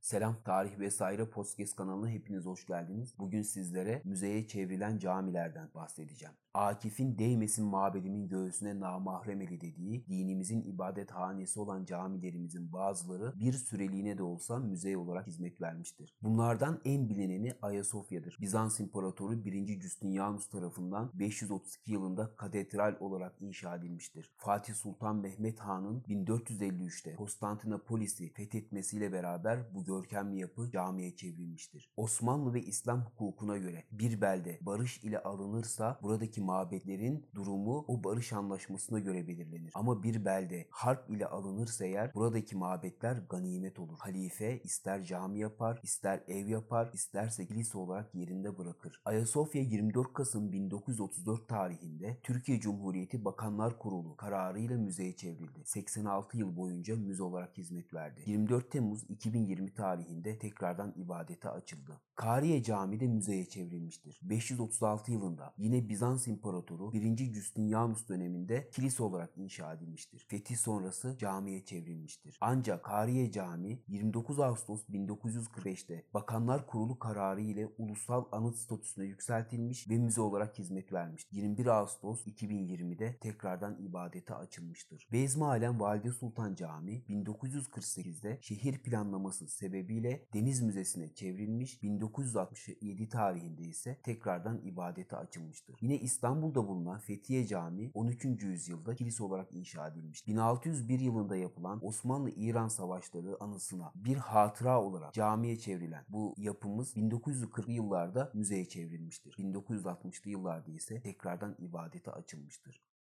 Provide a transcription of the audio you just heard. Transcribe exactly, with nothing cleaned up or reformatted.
Selam, Tarih Vesaire Podcast kanalına hepiniz hoş geldiniz. Bugün sizlere müzeye çevrilen camilerden bahsedeceğim. Akif'in "Değmesin mabedimin göğsüne namahrem eli" dediği dinimizin ibadethanesi olan camilerimizin bazıları bir süreliğine de olsa müze olarak hizmet vermiştir. Bunlardan en bilineni Ayasofya'dır. Bizans İmparatoru birinci. Justinianus tarafından beş yüz otuz iki yılında katedral olarak inşa edilmiştir. Fatih Sultan Mehmet Han'ın bin dört yüz elli üçte Konstantinopolis'i fethetmesiyle beraber bu görkemli yapı camiye çevrilmiştir. Osmanlı ve İslam hukukuna göre bir belde barış ile alınırsa buradaki mabetlerin durumu o barış anlaşmasına göre belirlenir. Ama bir belde harp ile alınırsa eğer buradaki mabetler ganimet olur. Halife ister cami yapar, ister ev yapar, isterse kilise olarak yerinde bırakır. Ayasofya yirmi dört Kasım bin dokuz yüz otuz dört tarihinde Türkiye Cumhuriyeti Bakanlar Kurulu kararıyla müzeye çevrildi. seksen altı yıl boyunca müze olarak hizmet verdi. yirmi dört Temmuz iki bin yirmi tarihinde tekrardan ibadete açıldı. Kariye Camii de müzeye çevrilmiştir. beş yüz otuz altı yılında yine Bizans İmparatoru birinci. Justinianus döneminde kilise olarak inşa edilmiştir. Fetih sonrası camiye çevrilmiştir. Ancak Kariye Camii yirmi dokuz Ağustos bin dokuz yüz kırk beşte Bakanlar Kurulu kararı ile ulusal anıt statüsüne yükseltilmiş ve müze olarak hizmet vermiştir. yirmi bir Ağustos iki bin yirmide tekrardan ibadete açılmıştır. Bezmialem Valide Sultan Camii bin dokuz yüz kırk sekizde şehir planlaması sebebiyle Deniz Müzesi'ne çevrilmiş, bin dokuz yüz altmış yedi tarihinde ise tekrardan ibadete açılmıştır. Yine İstanbul'da bulunan Fethiye Camii on üçüncü yüzyılda kilise olarak inşa edilmiş. bin altı yüz bir yılında yapılan Osmanlı-İran Savaşları anısına bir hatıra olarak camiye çevrilen bu yapımız bin dokuz yüz kırklı yıllarda müzeye çevrilmiştir. bin dokuz yüz altmışlı yıllarda ise tekrardan ibadete açılmıştır.